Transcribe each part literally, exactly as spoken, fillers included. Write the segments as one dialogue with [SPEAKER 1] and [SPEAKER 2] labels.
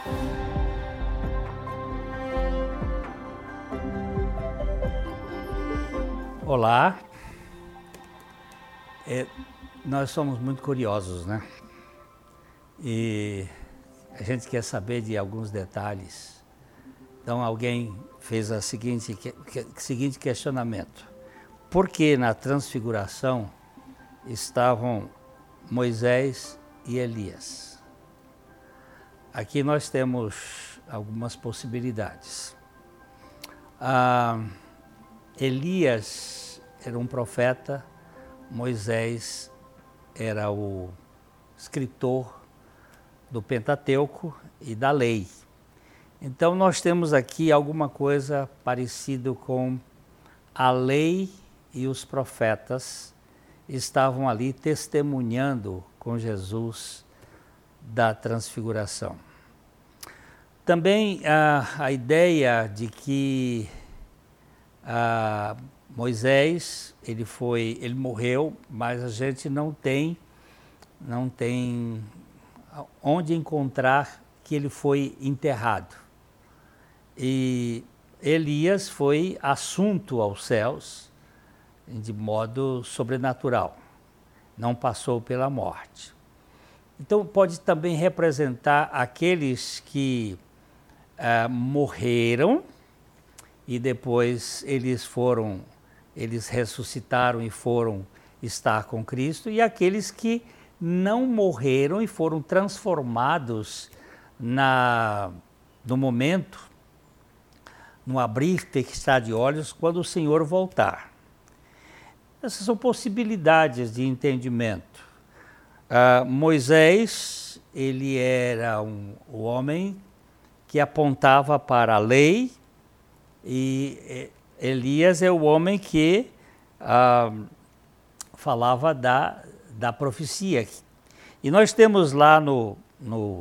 [SPEAKER 1] Olá, é, nós somos muito curiosos, né? E a gente quer saber de alguns detalhes. Então alguém fez o seguinte, que, que, seguinte questionamento: por que na transfiguração estavam Moisés e Elias? Aqui nós temos algumas possibilidades. Ah, Elias era um profeta, Moisés era o escritor do Pentateuco e da lei. Então nós temos aqui alguma coisa parecido com a lei e os profetas estavam ali testemunhando com Jesus da transfiguração. Também a, a ideia de que a Moisés, ele foi, ele morreu, mas a gente não tem, não tem onde encontrar que ele foi enterrado. E Elias foi assunto aos céus de modo sobrenatural, não passou pela morte. Então pode também representar aqueles que ah, morreram e depois eles foram, eles ressuscitaram e foram estar com Cristo, e aqueles que não morreram e foram transformados na, no momento, no abrir textar de olhos, quando o Senhor voltar. Essas são possibilidades de entendimento. Uh, Moisés, ele era um, um homem que apontava para a lei, e Elias é o homem que uh, falava da, da profecia. E nós temos lá no, no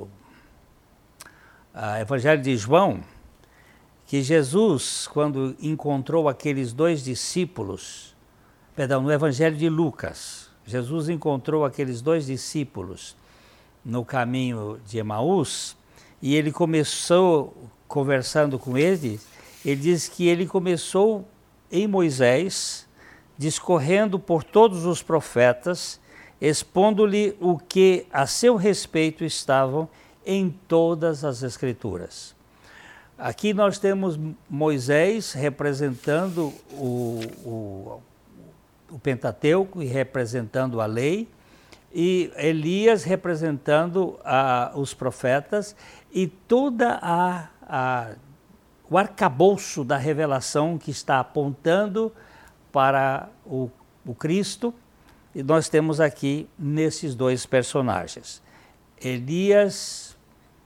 [SPEAKER 1] uh, Evangelho de João, que Jesus, quando encontrou aqueles dois discípulos, perdão, no Evangelho de Lucas, Jesus encontrou aqueles dois discípulos no caminho de Emaús, e ele começou conversando com eles. Ele diz que ele começou em Moisés, discorrendo por todos os profetas, expondo-lhe o que a seu respeito estavam em todas as Escrituras. Aqui nós temos Moisés representando o, o, o Pentateuco e representando a lei, e Elias representando a, os profetas e toda a, a o arcabouço da revelação que está apontando para o, o Cristo, e nós temos aqui nesses dois personagens, Elias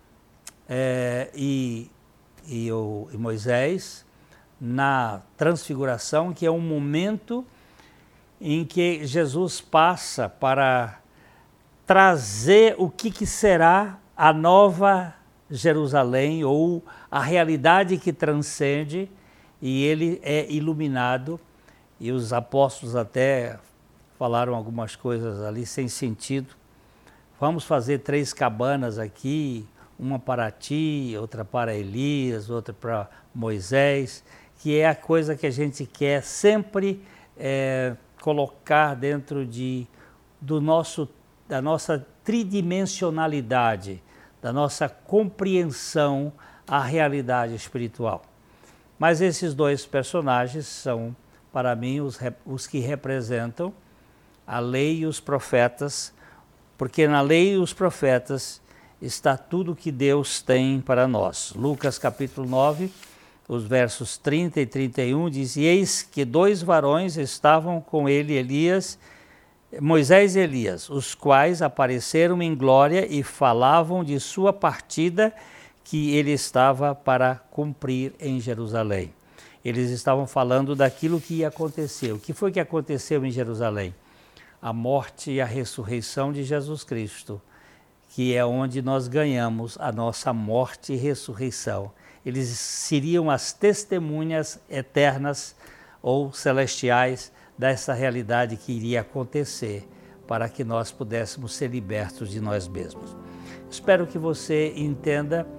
[SPEAKER 1] é, e, e, o, e Moisés, na transfiguração, que é um momento em que Jesus passa para trazer o que, que será a nova Jerusalém, ou a realidade que transcende, e ele é iluminado, e os apóstolos até falaram algumas coisas ali sem sentido. Vamos fazer três cabanas aqui, uma para ti, outra para Elias, outra para Moisés, que é a coisa que a gente quer sempre é, colocar dentro de, do nosso, da nossa tridimensionalidade, da nossa compreensão à realidade espiritual. Mas esses dois personagens são, para mim, os, os que representam a lei e os profetas, porque na lei e os profetas está tudo que Deus tem para nós. Lucas capítulo nove, os versos trinta e trinta e um, diz: e eis que dois varões estavam com ele, Elias, Moisés e Elias, os quais apareceram em glória e falavam de sua partida que ele estava para cumprir em Jerusalém. Eles estavam falando daquilo que ia acontecer. O que foi que aconteceu em Jerusalém? A morte e a ressurreição de Jesus Cristo, que é onde nós ganhamos a nossa morte e ressurreição. Eles seriam as testemunhas eternas ou celestiais dessa realidade que iria acontecer, para que nós pudéssemos ser libertos de nós mesmos. Espero que você entenda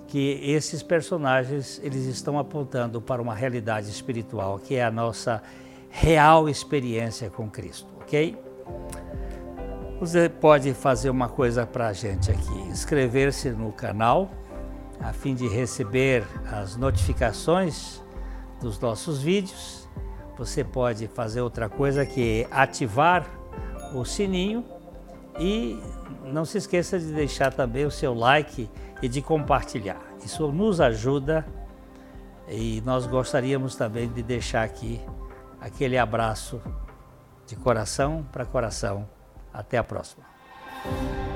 [SPEAKER 1] que esses personagens eles estão apontando para uma realidade espiritual, que é a nossa real experiência com Cristo, ok? Você pode fazer uma coisa para a gente aqui, inscrever-se no canal, a fim de receber as notificações dos nossos vídeos. Você pode fazer outra coisa, que é ativar o sininho, e não se esqueça de deixar também o seu like e de compartilhar. Isso nos ajuda, e nós gostaríamos também de deixar aqui aquele abraço de coração para coração. Até a próxima.